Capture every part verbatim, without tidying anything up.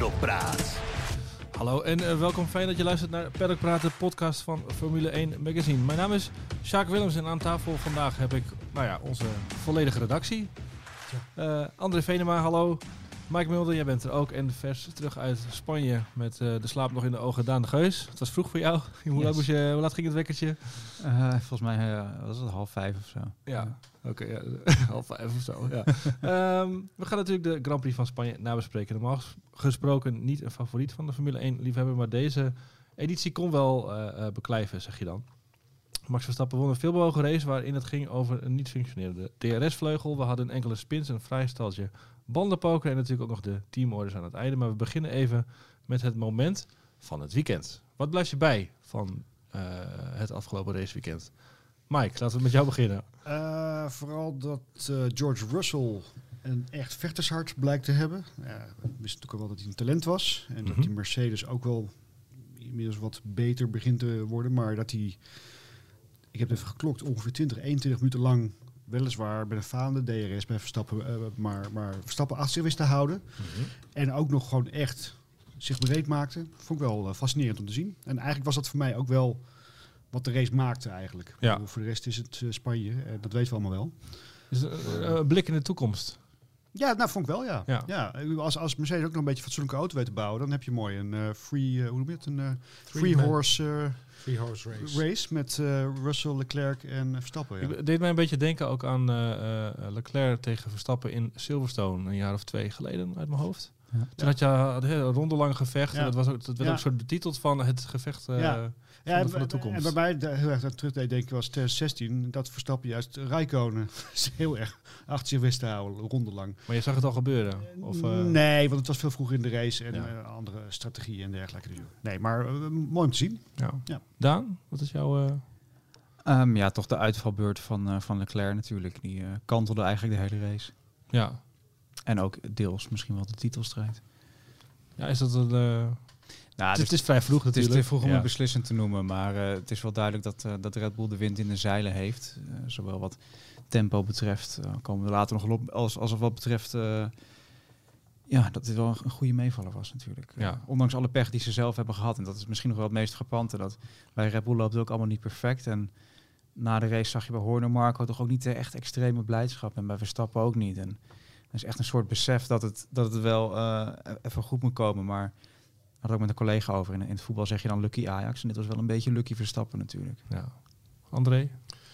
Paddock Praat. Hallo en uh, welkom. Fijn dat je luistert naar Paddock Praat, de podcast van Formule één Magazine. Mijn naam is Sjaak Willems en aan tafel vandaag heb ik nou ja, onze volledige redactie. Uh, André Venema, hallo. Mike Mulder, jij bent er ook. En vers terug uit Spanje met uh, de slaap nog in de ogen, Daan de Geus. Het was vroeg voor jou. Hoe, yes. laat, moest je, hoe laat ging het wekkertje? Uh, volgens mij uh, was het half vijf of zo. Ja, oké. Okay, ja. half vijf of zo. Ja. um, we gaan natuurlijk de Grand Prix van Spanje nabespreken. Normaal gesproken niet een favoriet van de Formule één liefhebber, maar deze editie kon wel uh, uh, beklijven, zeg je dan. Max Verstappen won een veelbewogen race waarin het ging over een niet functionerende D R S-vleugel. We hadden enkele spins, een vrij staltje bandenpoker en natuurlijk ook nog de teamorders aan het einde. Maar we beginnen even met het moment van het weekend. Wat blijft je bij van uh, het afgelopen raceweekend? Mike, laten we met jou beginnen. Uh, vooral dat uh, George Russell een echt vechtershart blijkt te hebben. Ja, we wisten natuurlijk al wel dat hij een talent was. En mm-hmm. dat die Mercedes ook wel inmiddels wat beter begint te worden. Maar dat hij, ik heb het even geklokt, ongeveer twintig, eenentwintig minuten lang weliswaar bij de falende D R S bij Verstappen, uh, maar, maar Verstappen achter zich wist te houden. Mm-hmm. En ook nog gewoon echt zich bereid maakte. Vond ik wel uh, fascinerend om te zien. En eigenlijk was dat voor mij ook wel wat de race maakte eigenlijk. Ja. Voor de rest is het uh, Spanje. Uh, dat weten we allemaal wel. Dus een uh, uh, blik in de toekomst. Ja, nou vond ik wel, ja. ja. ja als, als Mercedes ook nog een beetje fatsoenlijke auto weet te bouwen, dan heb je mooi een uh, free, uh, hoe noem je het? Een uh, free horse, uh, free horse race. race met uh, Russell, Leclerc en Verstappen. Ja. Het deed mij een beetje denken ook aan uh, uh, Leclerc tegen Verstappen in Silverstone een jaar of twee geleden uit mijn hoofd. Ja. Toen had je een ronde lang gevecht. Ja. En dat, was ook, dat werd ja. ook soort betiteld van het gevecht uh, ja. van, ja, de, van de toekomst. En waarbij de, heel erg terug deed, denk ik, was twintig zestien dat Verstappen juist Räikkönen heel erg achter zich wist te houden, ronde lang. Maar je zag het al gebeuren? Of, uh... Nee, want het was veel vroeger in de race en ja. uh, andere strategieën en dergelijke. Nee, maar uh, mooi om te zien. Ja. Ja. Daan, wat is jouw... Uh... Um, ja, toch de uitvalbeurt van, uh, van Leclerc natuurlijk. Die uh, kantelde eigenlijk de hele race. Ja. En ook deels misschien wel de titelstrijd. Ja, is dat een... Uh... Nou, het, dus, het is vrij vroeg natuurlijk. Het is te vroeg om ja. het beslissend te noemen. Maar uh, het is wel duidelijk dat, uh, dat Red Bull de wind in de zeilen heeft. Uh, zowel wat tempo betreft. Uh, komen we later nog op. Als, als wat betreft... Uh, ja, dat dit wel een goede meevaller was natuurlijk. Ja. Uh, ondanks alle pech die ze zelf hebben gehad. En dat is misschien nog wel het meest frappante. Dat bij Red Bull loopt het ook allemaal niet perfect. En na de race zag je bij Horner Marco toch ook niet de echt extreme blijdschap. En bij Verstappen ook niet. En er is echt een soort besef dat het, dat het wel uh, even goed moet komen. Maar had ik ook met een collega over. In, in het voetbal zeg je dan lucky Ajax. En dit was wel een beetje lucky Verstappen natuurlijk. Ja. André?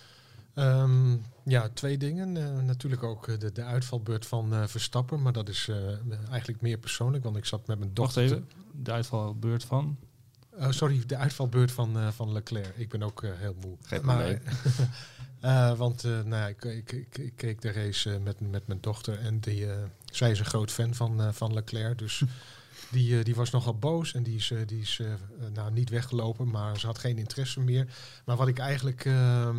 Um, ja, twee dingen. Uh, natuurlijk ook de, de uitvalbeurt van uh, Verstappen. Maar dat is uh, eigenlijk meer persoonlijk. Want ik zat met mijn dochter... Wacht even. De uitvalbeurt van... Uh, sorry, de uitvalbeurt van, uh, van Leclerc. Ik ben ook uh, heel moe. Geen maar, uh, want uh, nou ja, ik, ik, ik, ik keek de race uh, met, met mijn dochter. En die, uh, zij is een groot fan van, uh, van Leclerc. Dus die, uh, die was nogal boos. En die is, uh, die is uh, nou, niet weggelopen. Maar ze had geen interesse meer. Maar wat ik eigenlijk uh,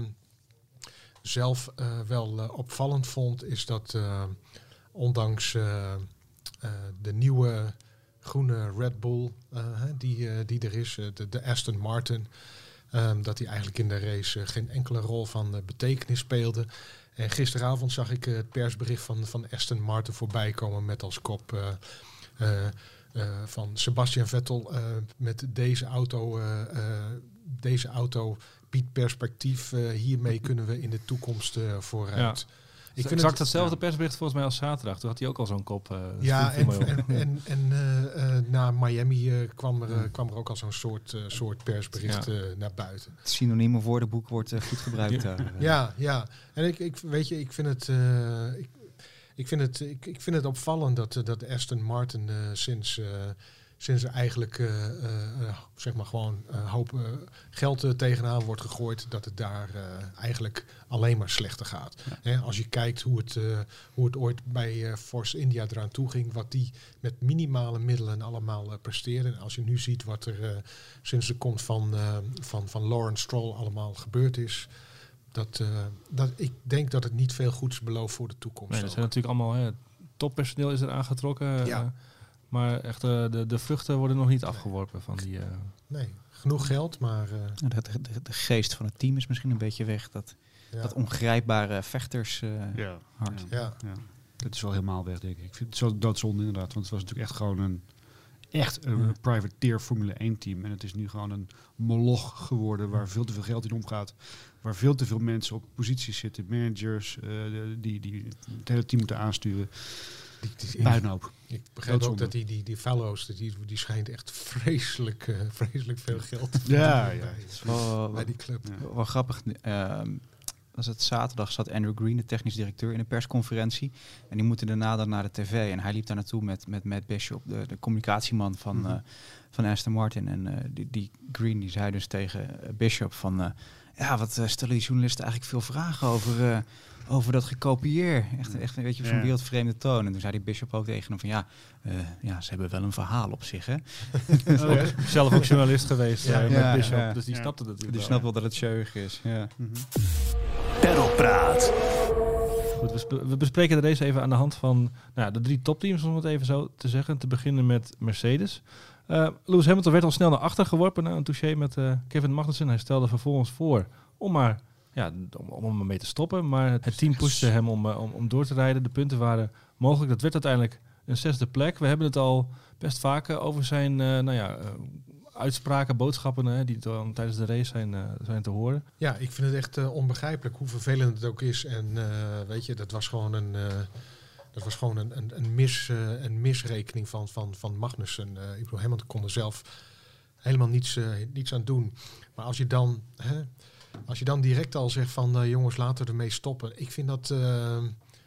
zelf uh, wel uh, opvallend vond. Is dat uh, ondanks uh, uh, de nieuwe... groene Red Bull uh, die, uh, die er is, uh, de, de Aston Martin, um, dat hij eigenlijk in de race uh, geen enkele rol van uh, betekenis speelde. En gisteravond zag ik uh, het persbericht van, van Aston Martin voorbij komen met als kop uh, uh, uh, van Sebastian Vettel uh, met deze auto, uh, uh, deze auto biedt perspectief. Uh, hiermee kunnen we in de toekomst uh, vooruit. Ja. Ik vind exact hetzelfde ja. persbericht volgens mij als zaterdag. Toen had hij ook al zo'n kop. Uh, ja, en, en, en, en uh, uh, na Miami uh, kwam, er, uh, kwam er ook al zo'n soort, uh, soort persbericht ja. uh, naar buiten. Het synonieme woordenboek wordt uh, goed gebruikt. ja. Uh, ja, ja. En ik, ik weet je, ik vind het, uh, ik, ik vind het, ik, ik vind het opvallend dat, uh, dat Aston Martin uh, sinds, uh, sinds er eigenlijk uh, uh, zeg maar gewoon een uh, hoop uh, geld uh, tegenaan wordt gegooid, dat het daar uh, eigenlijk alleen maar slechter gaat. Ja. He, als je kijkt hoe het, uh, hoe het ooit bij uh, Force India eraan toe ging, wat die met minimale middelen allemaal uh, presteerden. En als je nu ziet wat er uh, sinds de komst van, uh, van, van Lawrence Stroll allemaal gebeurd is, dat, uh, dat ik denk dat het niet veel goeds belooft voor de toekomst. Nee, dat zijn natuurlijk allemaal hè, toppersoneel is er aangetrokken. Ja. Uh, maar echt uh, de, de vruchten worden nog niet afgeworpen van die... Uh... Nee, genoeg geld, maar... Uh... Ja, de, de, de geest van het team is misschien een beetje weg. Dat, ja. dat ongrijpbare vechters uh, ja. hard. Ja. Ja. Dat is wel helemaal weg, denk ik. Ik vind het zo doodzonde inderdaad. Want het was natuurlijk echt gewoon een echt een Ja. privateer Formule één team. En het is nu gewoon een moloch geworden waar veel te veel geld in omgaat. Waar veel te veel mensen op posities zitten. Managers uh, die, die het hele team moeten aansturen. Die, die, Puinhoop. ik begrijp ook Doodzonde. dat die, die, die fellows, die, die schijnt echt vreselijk, uh, vreselijk veel geld te Ja, verdienen ja. bij, Wel, bij die club. Ja. wel grappig. ehm, was het zaterdag zat Andrew Green, de technisch directeur, in een persconferentie. En die moeten daarna dan naar de tv. En hij liep daar naartoe met, met Matt Bishop, de, de communicatieman van, Mhm. uh, van Aston Martin. En uh, die, die Green die zei dus tegen uh, Bishop van... Uh, ja, wat uh, stellen die journalisten eigenlijk veel vragen over, uh, over dat gekopieer. Echt, echt een beetje van Ja. wereldvreemde toon. En toen zei die Bishop ook tegen hem van... ja, uh, ja, ze hebben wel een verhaal op zich, hè. Oh, ja. Zelf ook journalist geweest Ja. uh, Ja, met Bishop, ja. dus die Ja. snapte het natuurlijk Die wel. snapt wel dat het jeugd is, ja. Mhm. Pedalpraat. Goed, we, sp- we bespreken de race even aan de hand van nou, ja, de drie topteams, om het even zo te zeggen. Te beginnen met Mercedes. Uh, Lewis Hamilton werd al snel naar achter geworpen na een touché met uh, Kevin Magnussen. Hij stelde vervolgens voor om maar ja, om, om ermee te stoppen. Maar het team pushte hem om, uh, om, om door te rijden. De punten waren mogelijk. Dat werd uiteindelijk een zesde plek. We hebben het al best vaak uh, over zijn uh, nou ja, uh, uitspraken, boodschappen uh, die dan tijdens de race zijn, uh, zijn te horen. Ja, ik vind het echt uh, onbegrijpelijk hoe vervelend het ook is. En uh, weet je, dat was gewoon een, uh, dat was gewoon een, een, een, mis, uh, een misrekening van, van, van Magnussen. Uh, ik bedoel, Hamilton kon er zelf helemaal niets, uh, niets aan doen. Maar als je dan, hè, als je dan direct al zegt van uh, jongens, laten we ermee stoppen. Ik vind dat, uh,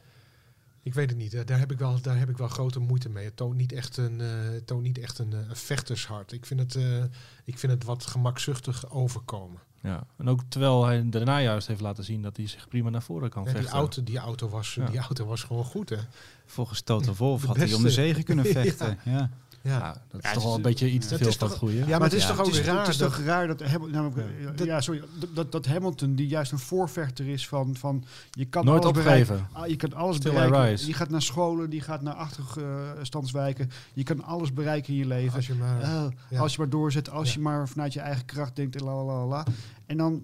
ik weet het niet. Uh, daar heb ik wel, daar heb ik wel grote moeite mee. Het toont niet echt een, uh, het toont niet echt een, uh, een vechtershart. Ik vind het, uh, ik vind het wat gemakzuchtig overkomen. Ja, en ook terwijl hij daarna juist heeft laten zien dat hij zich prima naar voren kan Ja, vechten. die, auto, die, auto was, Ja. die auto was gewoon goed, hè? Volgens Toto Wolff De had hij om de beste. zege kunnen vechten. ja. Ja. Ja. Ja, dat is Ja, toch wel het een is- beetje iets ja, te het veel is van toch- het goede. Ja, maar het is Ja. toch ook Het is, raar het is dat... toch raar dat, Hamil- namelijk, Ja, uh, dat- ja, sorry, dat- dat, dat Hamilton, die juist een voorvechter is van, van je kan Nooit alles opgeven. bereiken. Ah, je kan alles Still I bereiken. rise. Die gaat naar scholen, die gaat naar achterstandswijken. Je kan alles bereiken in je leven. Als je maar... Uh, ja. Als je maar doorzet, als Ja. je maar vanuit je eigen kracht denkt en la la la la. En dan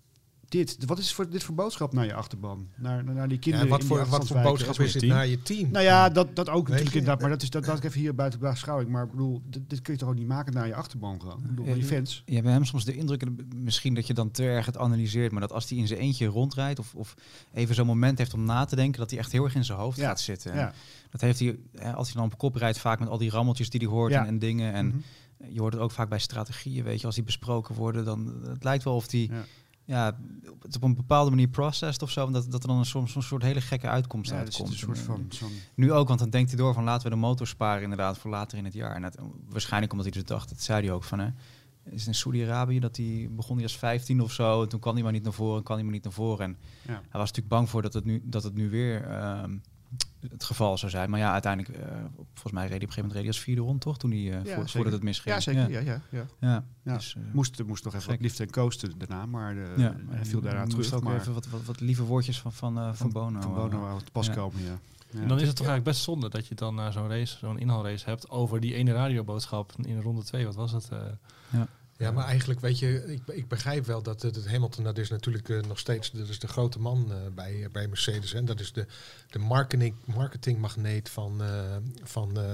dit. Wat is voor, dit voor boodschap naar je achterban? Naar, naar die Ja, kinderen wat in voor, die wat voor achterstandswijken. boodschap is dit team? naar je team? Nou ja, dat, dat ook Weet natuurlijk je, inderdaad. Maar eh, dat is dat, dat ik even hier buiten de beschouwing. Maar ik bedoel, dit, dit kun je toch ook niet maken naar je achterban gewoon. Ik bedoel, Ja, die je- fans. Je hebt hem soms de indruk, en misschien dat je dan te erg het analyseert, maar dat als hij in zijn eentje rondrijdt of, of even zo'n moment heeft om na te denken, dat hij echt heel erg in zijn hoofd Ja. gaat zitten. En Ja. Dat heeft hij, hè, als hij dan op kop rijdt, vaak met al die rammeltjes die hij hoort Ja. en, en dingen. En Mhm. je hoort het ook vaak bij strategieën, weet je, als die besproken worden, dan het lijkt wel of die Ja. ja, het op een bepaalde manier processed of zo, en dat, dat er dan een, soms een soort hele gekke uitkomst Ja, er zit uitkomt. een soort En, van... eh, zo'n- Nu ook, want dan denkt hij door van laten we de motor sparen inderdaad voor later in het jaar. En dat, waarschijnlijk omdat hij dus dacht, dat zei hij ook van, hè, is het in Saudi-Arabië dat hij begon hij als vijftien of zo, en toen kwam hij maar niet naar voren, kwam hij maar niet naar voren. En Ja. hij was natuurlijk bang voor dat het nu, dat het nu weer ehm, het geval zou zijn. Maar ja, uiteindelijk, eh, volgens mij reed hij op een gegeven moment reed hij als vierde rond, toch? Toen hij, eh, voor, zeker. voordat het misging. Ja, zeker. Ja, ja, ja. Ja, Ja. Dus, eh, Moest, moest nog even gek. wat liefde en coasten daarna, maar de, ja, hij viel daarna moest terug. ook Maar even wat, wat, wat lieve woordjes van, van, uh, van Bono. Van Bono eh, wou te pas ja. komen, ja. Ja. En dan is het toch eigenlijk best zonde dat je dan na zo'n race, zo'n inhaalrace hebt over die ene radioboodschap in ronde twee. Wat was het? Uh, Ja, maar eigenlijk, weet je, ik, ik begrijp wel dat het Hamilton, dat is natuurlijk uh, nog steeds dat is de grote man uh, bij, uh, bij Mercedes. Hè. Dat is de, de marketing, marketingmagneet van, uh, van, uh,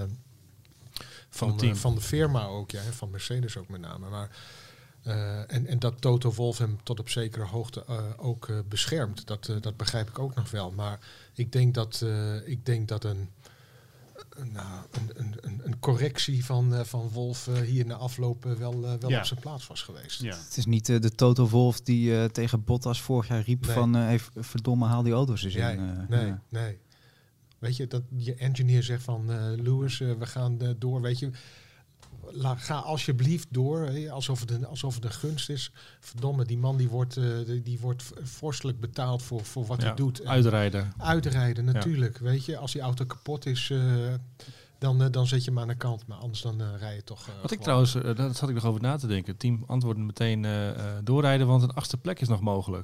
van, het team. uh, van de firma ook, ja, van Mercedes ook met name. Maar, uh, en, en dat Toto Wolff hem tot op zekere hoogte uh, ook uh, beschermt, dat, uh, dat begrijp ik ook nog wel. Maar ik denk dat, uh, ik denk dat een... Nou, een, een, een correctie van, uh, van Wolff uh, hier na afloop uh, wel, uh, wel Ja. op zijn plaats was geweest. Ja. Het is niet uh, de Toto Wolff die uh, tegen Bottas vorig jaar riep Nee. van uh, hey, verdomme, haal die auto's eens Ja, in. Uh, nee, ja. nee. Weet je, dat je engineer zegt van uh, Lewis, uh, we gaan uh, door, weet je. La, ga alsjeblieft door, hè, alsof, het een, alsof het een gunst is. Verdomme, die man die wordt, uh, die, die wordt vorstelijk betaald voor, voor wat ja, hij doet. En uitrijden. uitrijden, natuurlijk. Weet je, als die auto kapot is, uh, dan, uh, dan zet je hem aan de kant. Maar anders dan uh, rij je toch... Uh, Wat ik gewoon. trouwens, uh, daar zat ik nog over na te denken. Het team antwoordde meteen uh, uh, doorrijden, want een achtste plek is nog mogelijk.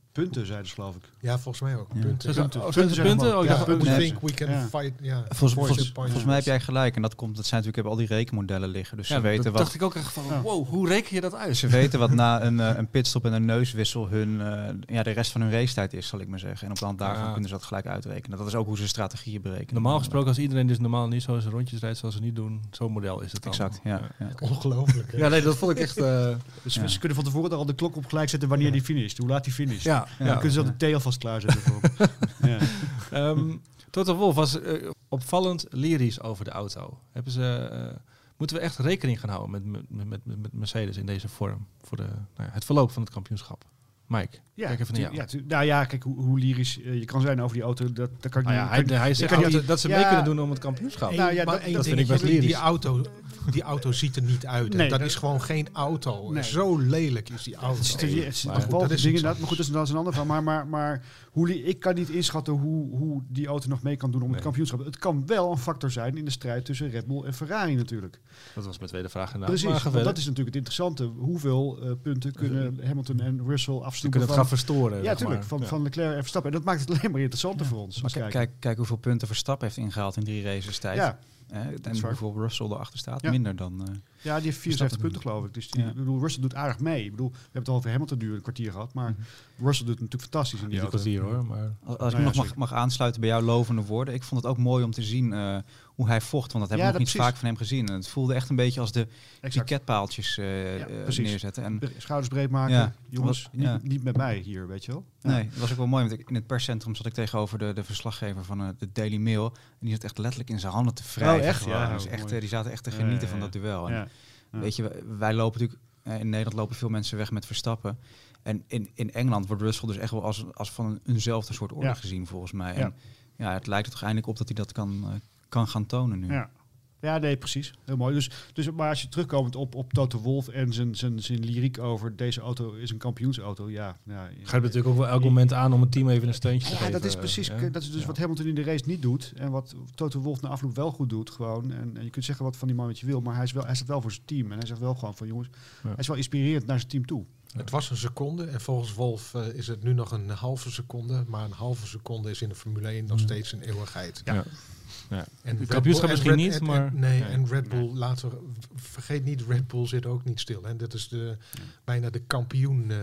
Punten, zeiden ze geloof ik. Ja, volgens mij ook. Ja. Punten. Ze- Punten. oh, Punten ze zijn punten? gewoon- Oh, ik Ja, dacht- we punten think hebben we can Ja. fight. Ja. Volgens, Points volgens, and points. volgens mij heb jij gelijk. En dat komt, dat zijn natuurlijk al die rekenmodellen liggen. Dus Ja, ze weten dat wat. dacht ik ook echt van, Ja. wow, hoe reken je dat uit? Ze weten wat na een, eh, een pitstop en een neuswissel hun, eh, ja, de rest van hun racetijd is, zal ik maar zeggen. En op de hand daarvan Ja. kunnen ze dat gelijk uitrekenen. Dat is ook hoe ze strategieën berekenen. Normaal gesproken, als iedereen dus normaal niet zo zijn rondjes rijdt zoals ze niet doen, zo'n model is het dan. Exact, ja. ja. Ongelooflijk. hè? Ja, nee, dat vond ik echt... eh, Dus Ja. ze kunnen van tevoren al de klok op gelijk zetten wanneer die finisht. Hoe laat die finisht. ja, Ja. Dan ja. kunnen ze al de thee alvast klaarzetten. voor. ja. Ehm, Toto Wolff was eh, opvallend lyrisch over de auto. Hebben ze, eh, moeten we echt rekening gaan houden met, met, met, met Mercedes in deze vorm voor de, nou ja, het verloop van het kampioenschap? Mike, Ja, kijk even naar jou. tu- ja, tu- nou ja, kijk hoe, hoe lyrisch uh, je kan zijn over die auto. Dat, dat kan ik Nou ja, niet. hij, kan- hij zegt kan dat, niet- dat ze ja. mee kunnen doen om het kampioenschap. Nou ja, maar dat- één dat vind ik dingetje, best lyrisch. die auto, die auto ziet er niet uit. hè. Nee, dat dat- is gewoon geen auto. Nee. Zo lelijk is die auto. Het zit er- het zit Maar nog goed, wel dat is dingen iets inderdaad, maar goed, dat is, dat is een ander van. Maar, maar, maar hoe, li- ik kan niet inschatten hoe, hoe die auto nog mee kan doen om Nee. het kampioenschap. Het kan wel een factor zijn in de strijd tussen Red Bull en Ferrari natuurlijk. Dat was mijn tweede vraag inderdaad. Precies, Maar ga want verder. dat is natuurlijk het interessante. Hoeveel uh, punten kunnen Hamilton en Russell Ze afstoppen kunnen het van... gaan verstoren. Ja, zeg tuurlijk, maar. van, Ja. van Leclerc en Verstappen. En dat maakt het alleen maar interessanter voor ons. Maar als kijk, kijker. kijk, kijk hoeveel punten Verstappen heeft ingehaald in drie races tijd. Ja, Hè? is En waar. hoeveel Russell erachter staat, Ja. minder dan... eh, ja, die heeft vierenzeventig punten geloof ik. Dus die, Ja. ik bedoel, Russell doet aardig mee. Ik bedoel, we hebben het al over Hamilton nu een kwartier gehad. Maar Mhm. Russell doet het natuurlijk fantastisch in die Niet een auto. kwartier hoor, maar... Als Nou ik ja, nog mag, zeker. mag aansluiten bij jouw lovende woorden. Ik vond het ook mooi om te zien uh, hoe hij vocht. Want dat hebben Ja, we nog dat niet precies. vaak van hem gezien. En het voelde echt een beetje als de Exact. piketpaaltjes uh, Ja, uh, precies. neerzetten. En Bre- Schouders breed maken. Ja. Jongens, Wat- ja. niet, niet met mij hier, weet je wel. Ja. nee, dat was ook wel mooi. Want ik, in het perscentrum zat ik tegenover de, de verslaggever van uh, de Daily Mail. En die zat echt letterlijk in zijn handen te wrijven. Oh, echt? gewoon. Ja, Dus oh, echt, mooi. uh, die zaten echt te Ja, genieten ja, van ja. dat duel. En Ja. Ja. weet je, wij, wij lopen natuurlijk... Uh, in Nederland lopen veel mensen weg met Verstappen. En in, in Engeland wordt Russell dus echt wel als, als van een, eenzelfde soort orde Ja. gezien, volgens mij. Ja. En ja, het lijkt er toch eindelijk op dat hij dat kan, uh, kan gaan tonen nu. Ja. Ja, nee, precies. Heel mooi. Dus, dus, maar als je terugkomt op, op Toto Wolff en zijn, zijn, zijn lyriek over deze auto is een kampioensauto, ja. ja Ga je natuurlijk ook wel elk moment aan om het team even een steuntje te ja, geven. dat is precies. Ja. Dat is dus Ja. wat Hamilton in de race niet doet. En wat Toto Wolff na afloop wel goed doet. Gewoon. En, en je kunt zeggen wat van die man wat je wil. Maar hij, is wel, hij staat wel voor zijn team. En hij zegt wel gewoon van jongens. Ja. Hij is wel inspirerend naar zijn team toe. Het was een seconde en volgens Wolf uh, is het nu nog een halve seconde. Maar een halve seconde is in de Formule één nog steeds een eeuwigheid. Ja. Ja. En De Red kampioenschap Bull- en misschien Red- niet, en- en- maar- nee, Nee. en Red Bull, laten we, vergeet niet, Red Bull zit ook niet stil. Hè. Dat is de, bijna de kampioen uh,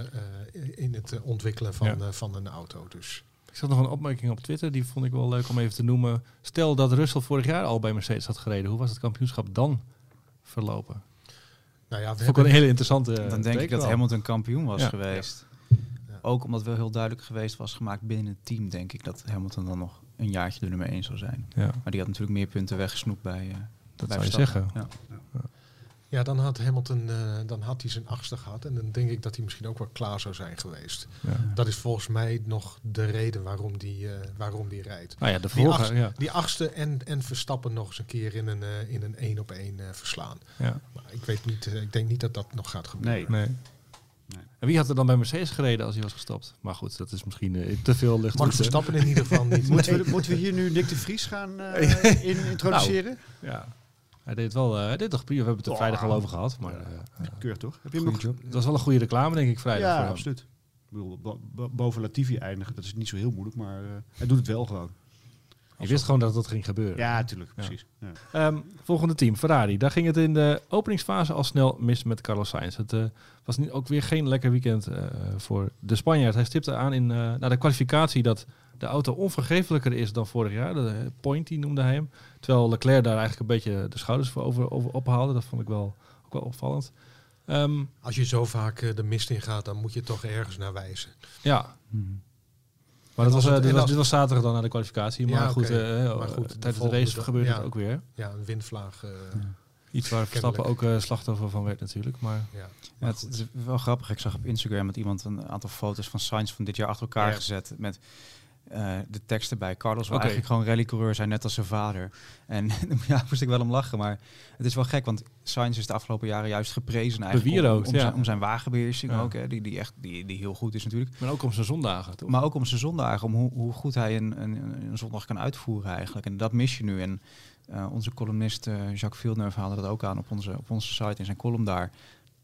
uh, in het uh, ontwikkelen van, Ja. uh, van een auto. Dus. Ik zag nog een opmerking op Twitter, die vond ik wel leuk om even te noemen. Stel dat Russell vorig jaar al bij Mercedes had gereden. Hoe was het kampioenschap dan verlopen? Nou ja, we Dat vond ik wel een hele interessante Dan denk take ik dat wel. Hamilton kampioen was Ja. geweest. Ja. Ook omdat wel heel duidelijk geweest was gemaakt binnen het team, denk ik dat Hamilton dan nog een jaartje de nummer één zou zijn. Ja, Maar die had natuurlijk meer punten weggesnoept bij, uh, dat bij zou je Verstappen. zeggen. Ja. Ja, dan had Hamilton uh, dan had hij zijn achtste gehad. En dan denk ik dat hij misschien ook wel klaar zou zijn geweest. Ja. Dat is volgens mij nog de reden waarom die, uh, waarom die rijdt. Nou ja, de Die, vorige, acht- ja. die achtste en, en Verstappen nog eens een keer in een uh, in een één op één uh, verslaan. Ja. Maar ik weet niet, uh, ik denk niet dat dat nog gaat gebeuren. Nee. Nee. En wie had er dan bij Mercedes gereden als hij was gestopt? Maar goed, dat is misschien uh, te veel lucht. Max Verstappen in ieder geval niet. Moeten we, moeten we hier nu Nick de Vries gaan uh, in, introduceren? Ja. Hij deed wel, uh, hij deed toch prima. We hebben het er Oh. vrijdag al over gehad. Maar uh, uh, Keurig toch? Heb je hem Goeie nog? job. het was wel een goede reclame, denk ik, vrijdag. voor Ja, hem. absoluut. Ik bedoel, bo- bo- boven Latifi eindigen, dat is niet zo heel moeilijk, maar uh, hij doet het wel gewoon. Je wist gewoon dat dat ging gebeuren. Ja, natuurlijk, precies. Ja. Um, volgende team, Ferrari. Daar ging het in de openingsfase al snel mis met Carlos Sainz. Het uh, was niet, ook weer geen lekker weekend uh, voor de Spanjaard. Hij stipte aan in uh, na de kwalificatie dat de auto onvergeeflijker is dan vorig jaar. De uh, Pointy noemde hij hem. Terwijl Leclerc daar eigenlijk een beetje de schouders voor over, over ophaalde. Dat vond ik wel, ook wel opvallend. Um, Als je zo vaak uh, de mist in gaat, dan moet je toch ergens naar wijzen. ja. Hmm. Maar dat was, uh, het- dit, en was, als- dit was zaterdag dan na de kwalificatie. Maar Ja, goed, oké. uh, Maar goed, de tijdens de volgende race dag- gebeurde ja. het ook weer. Ja, een windvlaag. Uh, Ja. Iets waar Verstappen ook uh, slachtoffer van werd natuurlijk. Maar ja. Ja, Maar het, goed. het is wel grappig. Ik zag op Instagram met iemand een aantal foto's van Sainz van dit jaar achter elkaar Ja. gezet. Met uh, de teksten bij. Carlos wil Oké. eigenlijk gewoon rallycoureur zijn, net als zijn vader. En ja, moest ik wel om lachen. Maar het is wel gek, want Sainz is de afgelopen jaren juist geprezen eigenlijk om, Bewierookt, om, ja. zijn, om zijn wagenbeheersing Ja. ook. Hè, die, die, echt, die, die heel goed is natuurlijk. maar ook om zijn zondagen, toch? Maar ook om zijn zondagen, om hoe, hoe goed hij een, een, een zondag kan uitvoeren eigenlijk. En dat mis je nu. En uh, onze columnist uh, Jacques Villeneuve haalde dat ook aan op onze, op onze site in zijn column daar.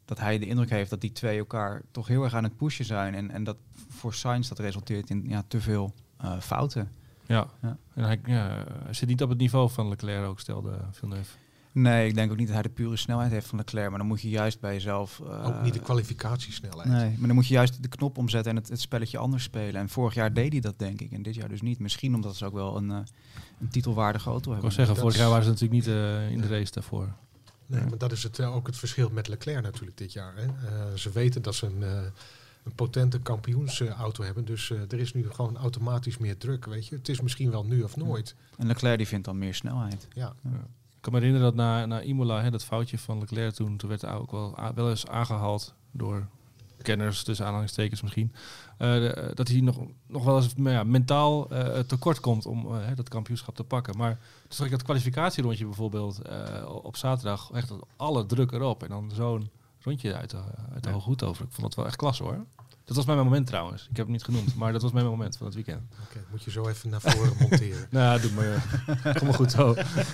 dat hij de indruk heeft dat die twee elkaar toch heel erg aan het pushen zijn. En, en dat voor Sainz dat resulteert in ja, te veel uh, fouten. Ja, Ja. en hij, ja, hij zit niet op het niveau van Leclerc ook, stelde Villeneuve. Nee, ik denk ook niet dat hij de pure snelheid heeft van Leclerc. Maar dan moet je juist bij jezelf... Uh, Ook niet de kwalificatiesnelheid. Nee, maar dan moet je juist de knop omzetten en het, het spelletje anders spelen. En vorig jaar deed hij dat, denk ik. En dit jaar dus niet. Misschien omdat ze ook wel een, uh, een titelwaardige auto Ik hebben. wil zeggen, dat vorig is- jaar waren ze natuurlijk niet uh, in de race daarvoor. Nee, Ja. maar dat is het, uh, ook het verschil met Leclerc natuurlijk dit jaar. Hè. Uh, ze weten dat ze een, uh, een potente kampioensauto hebben. Dus uh, er is nu gewoon automatisch meer druk. Weet je. Het is misschien wel nu of nooit. En Leclerc die vindt dan meer snelheid. Ja. Ik kan me herinneren dat na, na Imola, hè, dat foutje van Leclerc toen, toen werd hij ook wel, a- wel eens aangehaald door kenners, tussen aanhalingstekens misschien, uh, de, dat hij nog, nog wel eens nou ja, mentaal uh, tekort komt om uh, dat kampioenschap te pakken. Maar toen zag ik dat kwalificatierondje bijvoorbeeld uh, op zaterdag, echt alle druk erop en dan zo'n rondje uit de, uit de Ja. hoge hoed over. Ik vond dat wel echt klasse hoor. Dat was mijn moment trouwens. Ik heb het niet genoemd, maar dat was mijn moment van het weekend. Oké, moet je zo even naar voren monteren. Nou, doe maar. Kom maar goed zo.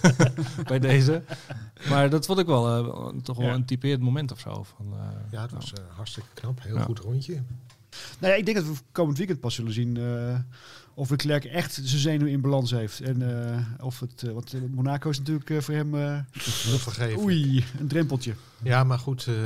Bij deze. Maar dat vond ik wel uh, toch wel Ja. een typerend moment of zo. Van, uh, Ja, dat was uh, hartstikke knap. Heel Ja. goed rondje. Nou ja, ik denk dat we komend weekend pas zullen zien uh, of Leclerc echt zijn zenuw in balans heeft. En uh, of het, uh, want Monaco is natuurlijk uh, voor hem, uh, Heel vergeven. oei, een drempeltje. Ja, maar goed. Uh,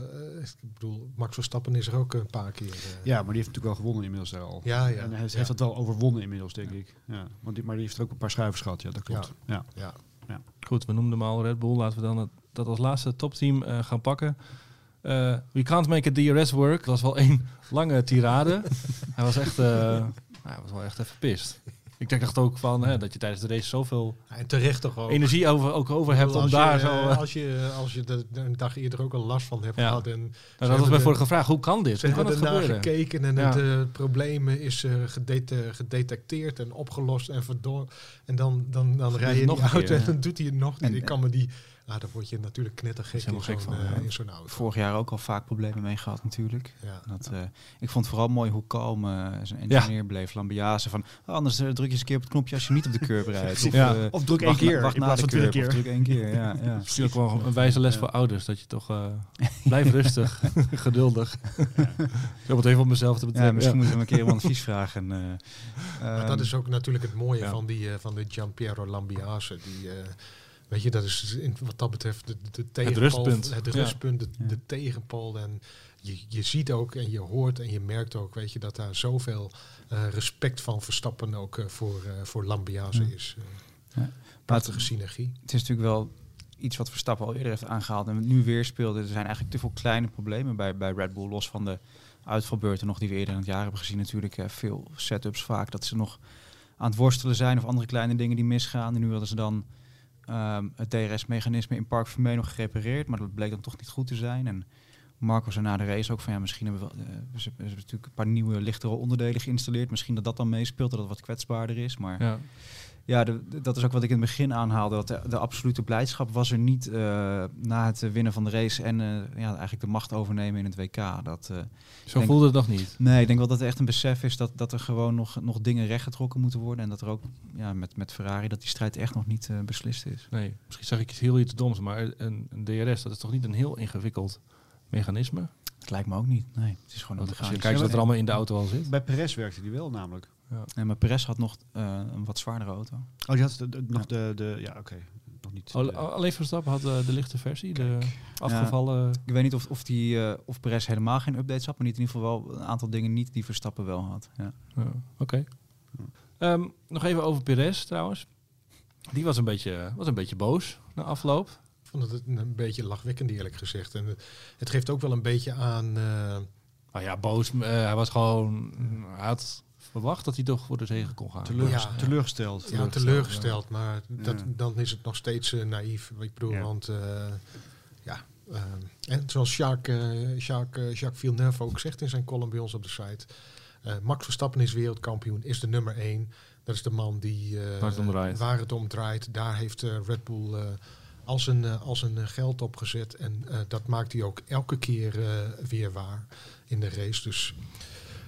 ik bedoel, Max Verstappen is er ook een paar keer. Uh, Ja, maar die heeft natuurlijk wel gewonnen inmiddels daar al. ja, ja. En hij heeft, ja. heeft dat wel overwonnen inmiddels, denk ik. Ja, want die, maar die heeft er ook een paar schuivers gehad, ja, dat klopt. Ja. Ja. Goed, we noemden hem al Red Bull. Laten we dan het, dat als laatste topteam uh, gaan pakken. Uh, we can't make a D R S work. Dat was wel één lange tirade. Hij was echt, uh, nou, hij was wel echt even pist. Ik dacht ook van hè, dat je tijdens de race zoveel Ja, en terecht toch ook. energie over, ook over hebt om Als daar je, zo... uh, uh, als je, als je er een dag eerder ook al last van hebt Ja. gehad. En nou, ze dat was hebben mij de- vorige vraag. Hoe kan dit? Ze Hoe kan hebben het ernaar gebeuren? gekeken en Ja. het uh, probleem is uh, gedete- gedetecteerd en opgelost en verdor. En dan, dan, dan rij je in nog die een auto keer, en ja. dan doet hij het nog niet. En- Ik kan me die... Ah, dan word je natuurlijk knettergek Daar in is helemaal zo'n gek van, uh, ja. in zo'n auto. Vorig jaar ook al vaak problemen mee gehad natuurlijk. Ja. Dat, uh, ik vond vooral mooi hoe kalm uh, zijn engineer bleef. Lambiase van, oh, anders uh, druk je eens een keer op het knopje als je niet op de curb rijdt. Of, Ja. uh, Of druk één wacht na- keer wacht in na plaats de van twintig curb, keer. of druk één keer, ja. ja. Misschien ook wel een wijze les voor ouders. Dat je toch uh, blijf rustig, geduldig. Ik heb het even op mezelf te Ja, betrekken. misschien moeten we hem een keer om advies vragen. Uh, Maar um, dat is ook natuurlijk het mooie ja. van, die, uh, van de Gianpiero Lambiase. Die, uh, weet je, dat is in, wat dat betreft de, de tegenpol. rustpunt. Het Ja. rustpunt, de, Ja. de tegenpol. En je, je ziet ook en je hoort en je merkt ook, weet je, dat daar zoveel uh, respect van Verstappen ook uh, voor, uh, voor Lambiase Ja. is. Uh, Ja. Prachtige synergie. Het is natuurlijk wel iets wat Verstappen al eerder heeft aangehaald en nu weer speelde. Er zijn eigenlijk te veel kleine problemen bij, bij Red Bull, los van de uitvalbeurten nog die we eerder in het jaar hebben gezien. Natuurlijk uh, veel setups vaak dat ze nog aan het worstelen zijn of andere kleine dingen die misgaan. En nu hadden ze dan um, het D R S-mechanisme in Park Vermeulen nog gerepareerd, maar dat bleek dan toch niet goed te zijn. En Marco zei na de race ook van ja, misschien hebben we, wel, uh, we ze hebben natuurlijk een paar nieuwe lichtere onderdelen geïnstalleerd. Misschien dat dat dan meespeelt, dat het wat kwetsbaarder is. Maar ja, Ja. de, de- dat is ook wat ik in het begin aanhaalde. Dat de, de absolute blijdschap was er niet uh, na het uh, winnen van de race en uh, ja, eigenlijk de macht overnemen in het W K. Dat, uh, Zo denk- voelde het nog niet. nee, ik denk wel dat er echt een besef is dat, dat er gewoon nog, nog dingen rechtgetrokken moeten worden. En dat er ook ja, met, met Ferrari dat die strijd echt nog niet uh, beslist is. Nee, misschien zeg ik iets heel iets doms, maar een, een D R S, dat is toch niet een heel ingewikkeld mechanisme? Het lijkt me ook niet. Nee, het is gewoon Want een als je mechanisch. kijkt wat er allemaal in de auto al zit. Bij Perez werkte die wel namelijk. Nee, maar Perez had nog uh, een wat zwaardere auto. Oh, die had de, de- nog de, de... Ja, oké. Nog niet. Oh, de- alleen Verstappen had uh, de lichte versie, de afgevallen... Ik weet niet of, of, die, uh, of Perez helemaal geen updates had, maar niet in ieder geval wel een aantal dingen niet die Verstappen wel had. Ja. Ja, Oké. Um, nog even over Perez trouwens. Die was een beetje, was een beetje boos na afloop. Ik vond het een, een beetje lachwekkend eerlijk gezegd. En het, het geeft ook wel een beetje aan... Uh, Nou ja, boos. Uh, hij was gewoon... Hij had verwacht dat hij toch voor de zege kon gaan. Teleurgest- Ja. teleurgesteld. Ja, teleurgesteld, maar dat, Ja. dan is het nog steeds uh, naïef. Ik bedoel, Ja. want uh, ja, uh, en zoals Jacques, uh, Jacques, uh, Jacques Villeneuve ook zegt in zijn column bij ons op de site, uh, Max Verstappen is wereldkampioen, is de nummer één. Dat is de man die uh, Waar het om draait. waar het om draait. Daar heeft uh, Red Bull uh, al zijn, uh, al zijn uh, geld op gezet en uh, dat maakt hij ook elke keer uh, weer waar in de race. Dus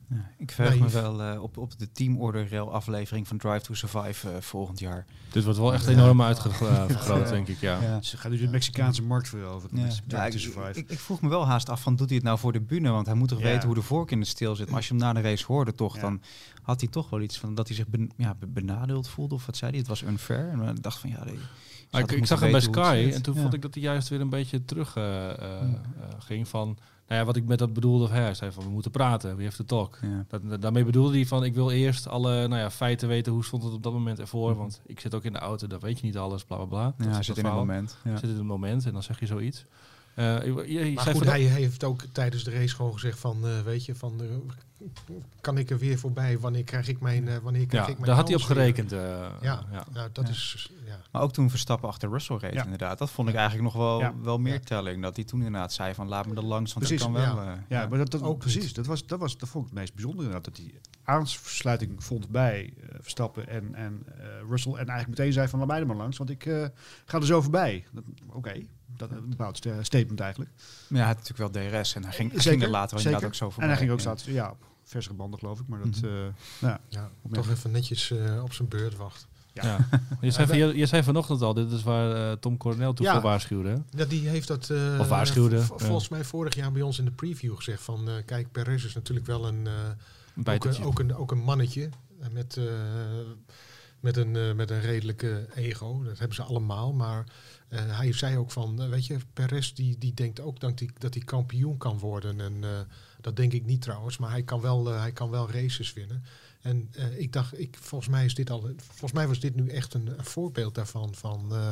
Ja, ik verheug Naïef. me wel uh, op, op de teamorder rail aflevering van Drive to Survive uh, volgend jaar. Dit wordt wel echt enorm uitvergroot, denk ik, ja. Ja. Ze gaan nu de Mexicaanse markt veroveren. Ja. met Ja, Drive ik, to Survive. ik, ik vroeg me wel haast af van, doet hij het nou voor de bühne? Want hij moet toch Ja. weten hoe de vork in het steel zit. Maar als je hem na de race hoorde toch, Ja. dan had hij toch wel iets van dat hij zich ben, ja, be- benadeeld voelde. Of wat zei hij? Het was unfair. En ik dacht van, ja... Die, Maar ik, ik zag hem bij Sky en toen ja. vond ik dat hij juist weer een beetje terug uh, uh, Hmm. uh, ging van... Nou ja, wat ik met dat bedoelde, of hij zei van we moeten praten, we have to talk. Ja. Dat, daarmee bedoelde hij van ik wil eerst alle nou ja, feiten weten, hoe stond het op dat moment ervoor. Mhm. Want ik zit ook in de auto, dan weet je niet alles, bla bla bla. Ja, Dat hij is zit het in een verhaal. moment. Ja. Zit in een moment en dan zeg je zoiets. Uh, je, je Maar zei goed, van, hij heeft ook tijdens de race gewoon gezegd van, uh, weet je, van, uh, kan ik er weer voorbij? Wanneer krijg ik mijn, uh, wanneer krijg ja, ik mijn daar had hij op kans weer? gerekend. Uh, Ja, ja. nou, dat Ja. is, ja. Maar ook toen Verstappen achter Russell reed, Ja. inderdaad. Dat vond ik eigenlijk nog wel, Ja. wel meer Ja. telling. Dat hij toen inderdaad zei van, laat me er langs, want Precies, ik kan wel... ja. uh, Ja, maar dat, dat Ook precies. niet. Dat, was, dat, was, dat vond ik het meest bijzondere inderdaad. Dat hij aansluiting vond bij uh, Verstappen en, en uh, Russell. En eigenlijk meteen zei van, laat mij er maar langs, want ik uh, ga er zo voorbij. Oké, okay. Dat is een bepaald sta- statement eigenlijk. Maar ja, hij had natuurlijk wel D R S en hij ging, hij Zeker, ging er later wel zeker. inderdaad ook zo voorbij. En hij ging ook ja. staan, ja, op versere banden geloof ik. Maar dat, Mhm. uh, ja. Ja, Op toch weg. even netjes uh, op zijn beurt wachten. Ja. Ja. Je, zei, van- je, je zei vanochtend al, dit is waar uh, Tom Coronel toen Ja. voor waarschuwde. Hè? Ja, die heeft dat uh, Of waarschuwde, v- ja. volgens mij vorig jaar bij ons in de preview gezegd van, uh, kijk, Perez is natuurlijk wel een, uh, Een ook, bijtertje. een, ook, een, ook een mannetje uh, met, uh, met, een, uh, met een redelijke ego. Dat hebben ze allemaal, maar uh, hij zei ook van, uh, weet je, Perez die, die denkt ook dat hij, dat hij kampioen kan worden. En uh, dat denk ik niet trouwens, maar hij kan wel, uh, hij kan wel races winnen. En uh, ik dacht, ik, volgens mij is dit al, volgens mij was dit nu echt een, een voorbeeld daarvan van uh,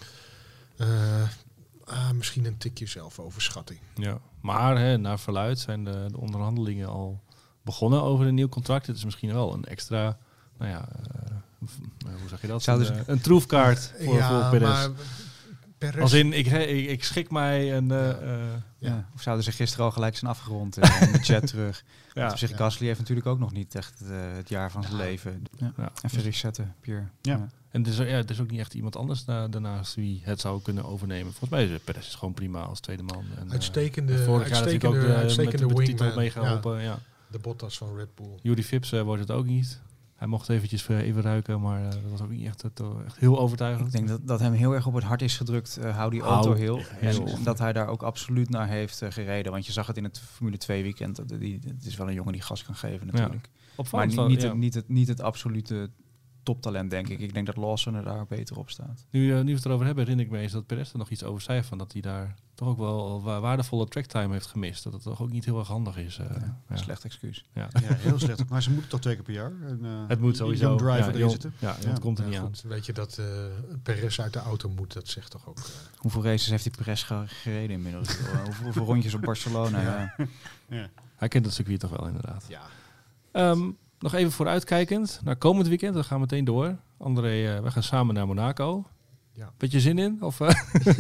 uh, ah, misschien een tikje zelfoverschatting. Ja. Maar hè, naar verluid zijn de, de onderhandelingen al begonnen over een nieuw contract. Het is misschien wel een extra, nou ja, uh, v- uh, hoe zeg je dat? Zouden Een, ze- uh, een troefkaart voor, voor Perez. maar Perez, Als in, ik, ik, ik schik mij en... Uh, Ja. uh, Ja. Of zouden ze gisteren al gelijk zijn afgerond uh, in de chat terug. ja. Op zich, ja. Gasly heeft natuurlijk ook nog niet echt uh, het jaar van zijn Ja. leven. Ja. Ja. Even resetten, Pierre. Ja. En er is, ja, er is ook niet echt iemand anders da- daarnaast wie het zou kunnen overnemen. Volgens mij is Perez is gewoon prima als tweede man. En, uh, uitstekende, en vorig jaar natuurlijk ook uitstekende, uh, met uitstekende de titel wingman. meegeholpen. Ja. De Bottas van Red Bull. Jury Vips uh, wordt het ook niet. Hij mocht eventjes uh, even ruiken, maar uh, dat was ook niet echt, uh, echt heel overtuigend. Ik denk dat, dat hem heel erg op het hart is gedrukt, uh, hou die Hou auto heel. heel. En dat hij daar ook absoluut naar heeft uh, gereden. Want je zag het in het Formule twee weekend. Dat, die, het is wel een jongen die gas kan geven natuurlijk. Maar Opvallend niet, van, niet, ja. het, niet, het, niet het absolute toptalent, denk ik. Ik denk dat Lawson er daar beter op staat. Nu, uh, nu we het erover hebben, herinner ik me eens dat Perez er nog iets over zei. Van dat hij daar toch ook wel wa- waardevolle tracktime heeft gemist. Dat het toch ook niet heel erg handig is. Uh, Ja, ja. Slecht excuus. Ja. Ja, heel slecht. Maar ze moeten toch twee keer per jaar. En, uh, Het moet sowieso. Young driver ja, erin jong- zitten. Ja, Ja. het komt er Ja, niet aan. goed, weet je dat uh, Perez uit de auto moet, dat zegt toch ook. Uh, Hoeveel races heeft hij Perez ge- gereden inmiddels? Uh, hoeveel, hoeveel rondjes op Barcelona? Ja. Ja. Ja. Hij kent het circuit toch wel inderdaad. ja. Um, nog even vooruitkijkend naar komend weekend. We gaan meteen door. André, uh, we gaan samen naar Monaco. Ja. Beetje zin in? Of uh,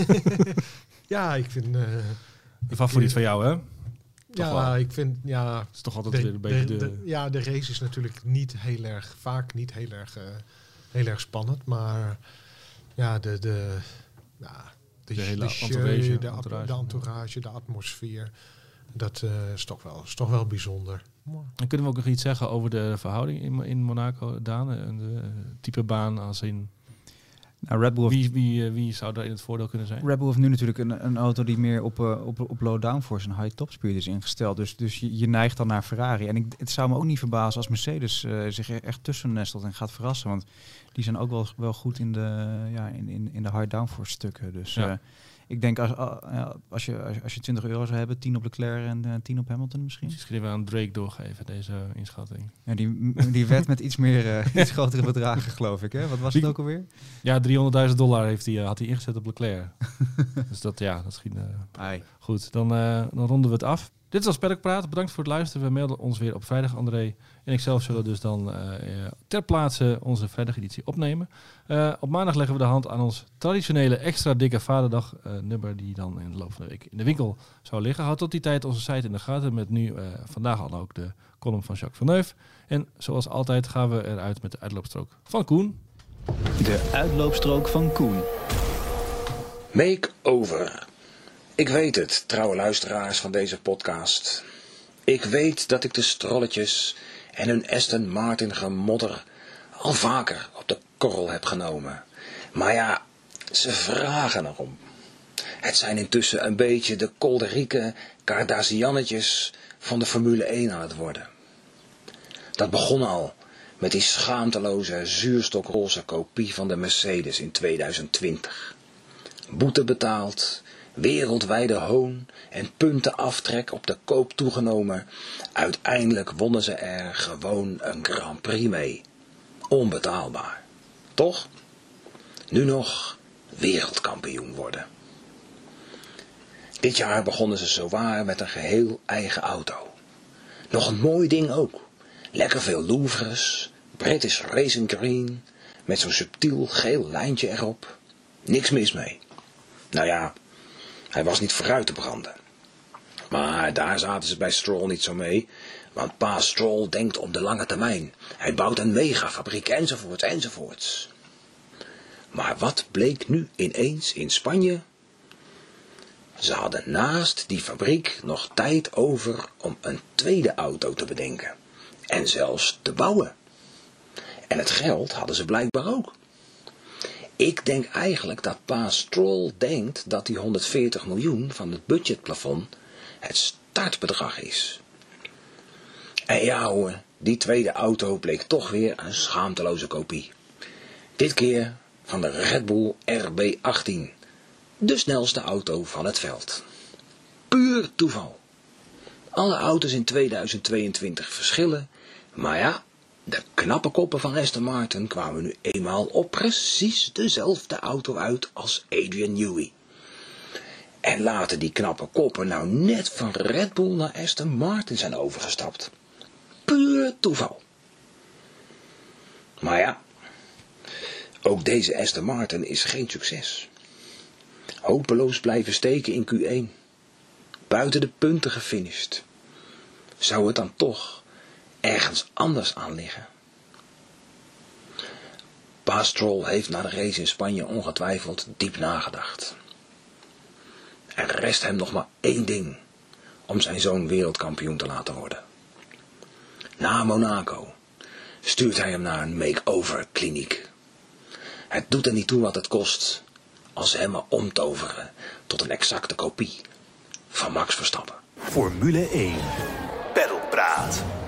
ja, ik vind... Uh, de favoriet van jou, hè? ja, wel. ik vind... Ja, Het is toch altijd de, weer een beetje de, de... de- ja, de race is natuurlijk niet heel erg... Vaak niet heel erg, uh, heel erg spannend. Maar ja, de... de ja, de, De hele show, entourage, de, entourage. de entourage, de atmosfeer. Dat uh, is, toch wel, is toch wel bijzonder. En kunnen we ook nog iets zeggen over de verhouding in, in Monaco, Daan? En de uh, type baan als in... Nou, Red Bull heeft Wie, wie, uh, wie zou daar in het voordeel kunnen zijn? Red Bull heeft nu natuurlijk een, een auto die meer op, uh, op, op low downforce en high top speed is ingesteld. Dus, dus je, je neigt dan naar Ferrari. En ik, het zou me ook niet verbazen als Mercedes uh, zich er echt tussen nestelt en gaat verrassen. Want die zijn ook wel, wel goed in de, ja, in, in, in de high downforce stukken. Dus Ja. uh, ik denk als, uh, ja, als, je, als, als je twintig euro zou hebben, tien op Leclerc en uh, tien op Hamilton misschien. Misschien kunnen we aan Drake doorgeven, deze inschatting. Ja, die, die werd met iets meer uh, iets grotere bedragen, geloof ik. Hè? Wat was het Die- ook alweer? Ja, driehonderdduizend dollar heeft hij, uh, had hij ingezet op Leclerc. Dus dat, ja, dat schiet... Uh, Ai. Goed, dan, uh, dan ronden we het af. Dit was Paddock Praat. Bedankt voor het luisteren. We melden ons weer op vrijdag. André en ikzelf zullen dus dan uh, uh, ter plaatse onze vrijdageditie opnemen. Uh, op maandag leggen we de hand aan ons traditionele extra dikke vaderdag uh, nummer die dan in de loop van de week in de winkel zou liggen. Houd tot die tijd onze site in de gaten met nu uh, vandaag al ook de column van Jacques Villeneuve. En zoals altijd gaan we eruit met de uitloopstrook van Koen. De uitloopstrook van Koen. Make-over. Ik weet het, trouwe luisteraars van deze podcast. Ik weet dat ik de strolletjes en hun Aston Martin gemodder al vaker op de korrel heb genomen. Maar ja, ze vragen erom. Het zijn intussen een beetje de kolderieke Kardashiannetjes van de Formule één aan het worden. Dat begon al met die schaamteloze zuurstokroze kopie van de Mercedes in tweeduizend twintig. Boete betaald, wereldwijde hoon en puntenaftrek op de koop toegenomen. Uiteindelijk wonnen ze er gewoon een Grand Prix mee. Onbetaalbaar. Toch? Nu nog wereldkampioen worden. Dit jaar begonnen ze zowaar met een geheel eigen auto. Nog een mooi ding ook. Lekker veel Louvres, British Racing Green, met zo'n subtiel geel lijntje erop. Niks mis mee. Nou ja, hij was niet vooruit te branden. Maar daar zaten ze bij Stroll niet zo mee, want pa Stroll denkt op de lange termijn. Hij bouwt een megafabriek enzovoorts enzovoorts. Maar wat bleek nu ineens in Spanje? Ze hadden naast die fabriek nog tijd over om een tweede auto te bedenken. En zelfs te bouwen. En het geld hadden ze blijkbaar ook. Ik denk eigenlijk dat pa Stroll denkt dat die honderdveertig miljoen van het budgetplafond het startbedrag is. En ja hoor, die tweede auto bleek toch weer een schaamteloze kopie. Dit keer van de Red Bull R B achttien. De snelste auto van het veld. Puur toeval. Alle auto's in tweeduizend tweeëntwintig verschillen, maar ja, de knappe koppen van Aston Martin kwamen nu eenmaal op precies dezelfde auto uit als Adrian Newey. En laten die knappe koppen nou net van Red Bull naar Aston Martin zijn overgestapt. Puur toeval. Maar ja, ook deze Aston Martin is geen succes. Hopeloos blijven steken in Q één. Buiten de punten gefinished. Zou het dan toch ergens anders aan liggen? Pa Stroll heeft na de race in Spanje ongetwijfeld diep nagedacht. Er rest hem nog maar één ding om zijn zoon wereldkampioen te laten worden. Na Monaco stuurt hij hem naar een make-over kliniek. Het doet er niet toe wat het kost als ze hem maar omtoveren tot een exacte kopie van Max Verstappen. Formule één. Peddelpraat.